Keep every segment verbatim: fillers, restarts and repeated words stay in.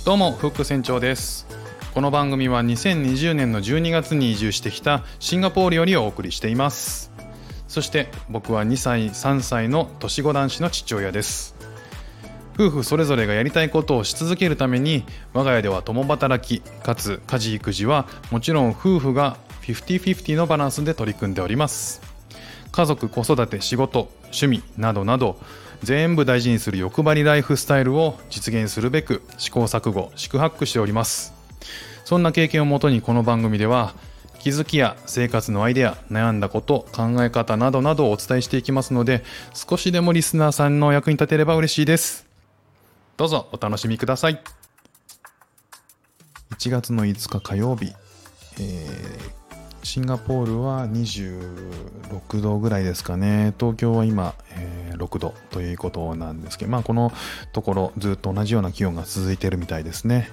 どうもフック船長です。この番組はにせんにじゅうねんのじゅうにがつに移住してきたシンガポールよりお送りしています。そして僕はにさいさんさいの年子男子の父親です。夫婦それぞれがやりたいことをし続けるために、我が家では共働きかつ家事育児はもちろん夫婦がフィフティフィフティのバランスで取り組んでおります。家族、子育て、仕事、趣味などなど全部大事にする欲張りライフスタイルを実現するべく試行錯誤、四苦八苦しております。そんな経験をもとにこの番組では気づきや生活のアイデア、悩んだこと、考え方などなどをお伝えしていきますので、少しでもリスナーさんの役に立てれば嬉しいです。どうぞお楽しみください。いちがつのいつか火曜日、えーシンガポールはにじゅうろくどぐらいですかね。東京は今、えーろくどということなんですけど、まあこのところずっと同じような気温が続いているみたいですね。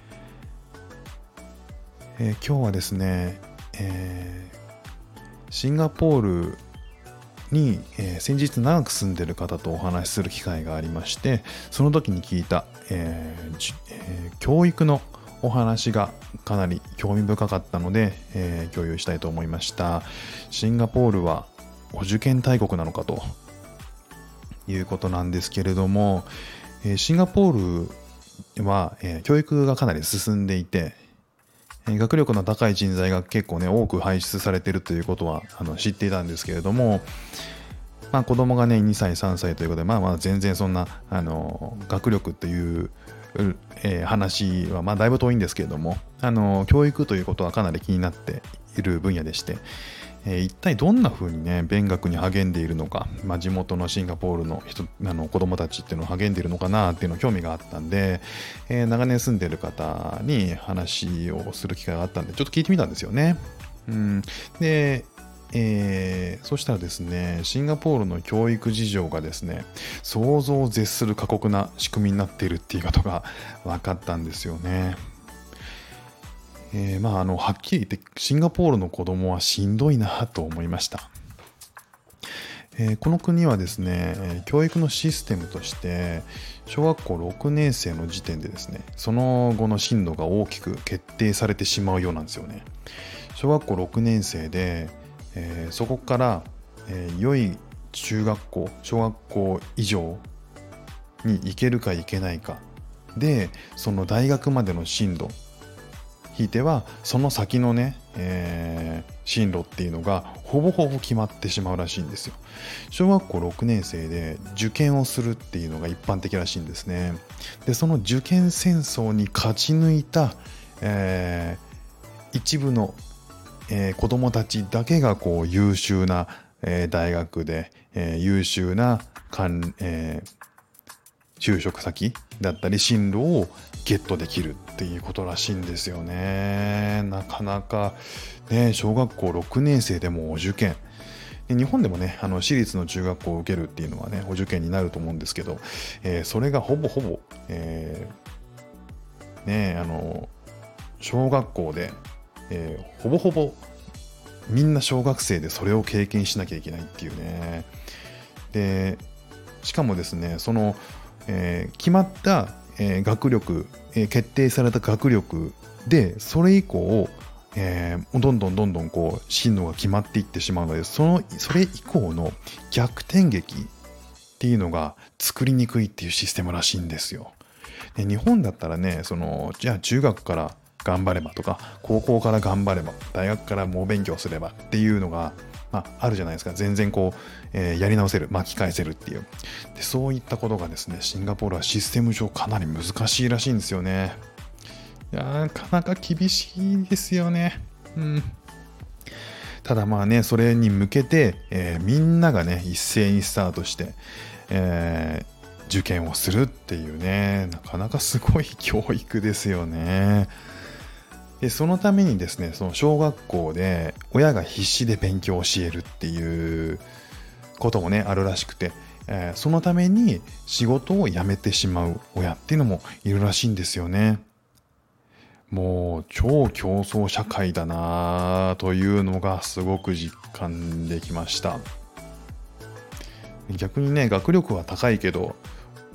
えー、今日はですね、えー、シンガポールに、えー、先日長く住んでいる方とお話しする機会がありまして、その時に聞いた、えーえー、教育のお話がかなり興味深かったので、えー、共有したいと思いました。シンガポールはお受験大国なのかということなんですけれども、えー、シンガポールは、えー、教育がかなり進んでいて、えー、学力の高い人材が結構ね多く輩出されているということはあの知っていたんですけれども、まあ、子供がねにさいさんさいということで、まあまあ全然そんなあの学力というえー、話はまあだいぶ遠いんですけれども、あの教育ということはかなり気になっている分野でして、えー、一体どんな風にね勉学に励んでいるのか、まあ、地元のシンガポールの人あの子供たちっていうのを励んでいるのかなっていうの興味があったんで、えー、長年住んでいる方に話をする機会があったんでちょっと聞いてみたんですよね。うん、でえー、そしたらですね、シンガポールの教育事情がですね、想像を絶する過酷な仕組みになっているっていうことが分かったんですよね。えー、まああのはっきり言ってシンガポールの子供はしんどいなと思いました。えー、この国はですね、教育のシステムとして小学校ろくねん生の時点でですね、その後の進路が大きく決定されてしまうようなんですよね。小学校ろくねん生でえー、そこから、えー、良い中学校、小学校以上に行けるか行けないかで、その大学までの進路、ひいてはその先のね、えー、進路っていうのがほぼほぼ決まってしまうらしいんですよ。小学校ろくねん生で受験をするっていうのが一般的らしいんですね。で、その受験戦争に勝ち抜いた、えー、一部のえー、子どもたちだけがこう優秀な、えー、大学で、えー、優秀なかん、えー、就職先だったり進路をゲットできるっていうことらしいんですよね。なかなか、ね、小学校ろくねん生でもお受験で、日本でもねあの私立の中学校を受けるっていうのはねお受験になると思うんですけど、えー、それがほぼほぼ、えー、ねあの小学校でえー、ほぼほぼみんな小学生でそれを経験しなきゃいけないっていうね。でしかもですねその、えー、決まった、えー、学力、えー、決定された学力でそれ以降、えー、どんどんどんどんこう進路が決まっていってしまうので、そのそれ以降の逆転劇っていうのが作りにくいっていうシステムらしいんですよ。で日本だったらねそのじゃあ中学から頑張ればとか高校から頑張れば大学から猛勉強すればっていうのが、まあ、あるじゃないですか。全然こう、えー、やり直せる、巻き返せるっていうで、そういったことがですねシンガポールはシステム上かなり難しいらしいんですよね。いやなかなか厳しいですよね。うん。ただまあねそれに向けて、えー、みんながね一斉にスタートして、えー、受験をするっていうね、なかなかすごい教育ですよね。でそのためにですねその小学校で親が必死で勉強を教えるっていうこともねあるらしくて、えー、そのために仕事を辞めてしまう親っていうのもいるらしいんですよね。もう超競争社会だなというのがすごく実感できました。逆にね学力は高いけど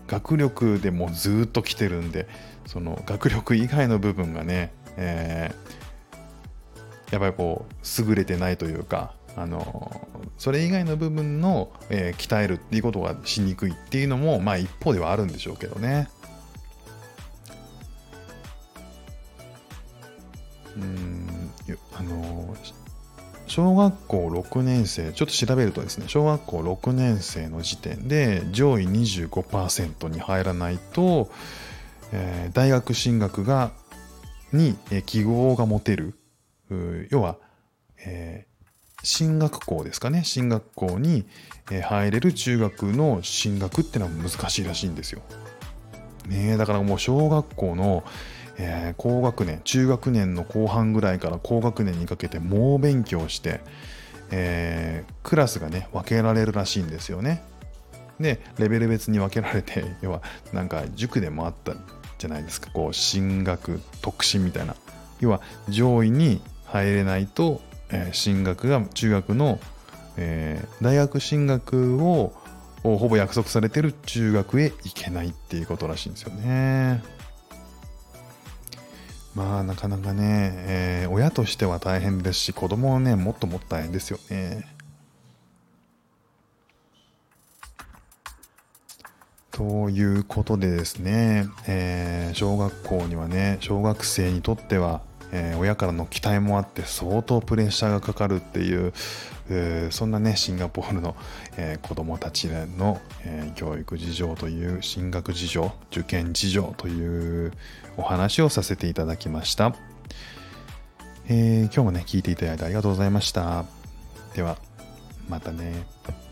学力でもうずーっと来てるんで、その学力以外の部分がね、えーやっぱりこう優れてないというか、あのそれ以外の部分の、えー鍛えるっていうことがしにくいっていうのも、まあ一方ではあるんでしょうけどね。うーんよあの小学校ろくねん生、ちょっと調べるとですね、小学校ろくねん生の時点で上位にじゅうごパーセントに入らないと、えー大学進学がに、えー希望が持てる、うー要は、えー進学校ですかね、進学校に、えー入れる中学の進学ってのは難しいらしいんですよ。ねえ、だからもう小学校の、えー高学年、中学年の後半ぐらいから高学年にかけて猛勉強して、えークラスがね、分けられるらしいんですよね。で、レベル別に分けられて、要はなんか塾でもあったじゃないですか、こう進学特進みたいな。要は上位に入れないと、えー進学が中学の、えー大学進学をほぼ約束されてる中学へ行けないっていうことらしいんですよね。まあなかなかね、えー親としては大変ですし、子供はね、もっともっと大変ですよね。ということでですね、えー小学校にはね、小学生にとっては、えー親からの期待もあって相当プレッシャーがかかるっていう、えーそんなね、シンガポールの、えー子供たちの、えー教育事情という、進学事情、受験事情というお話をさせていただきました。えー今日もね、聞いていただいてありがとうございました。では、またね。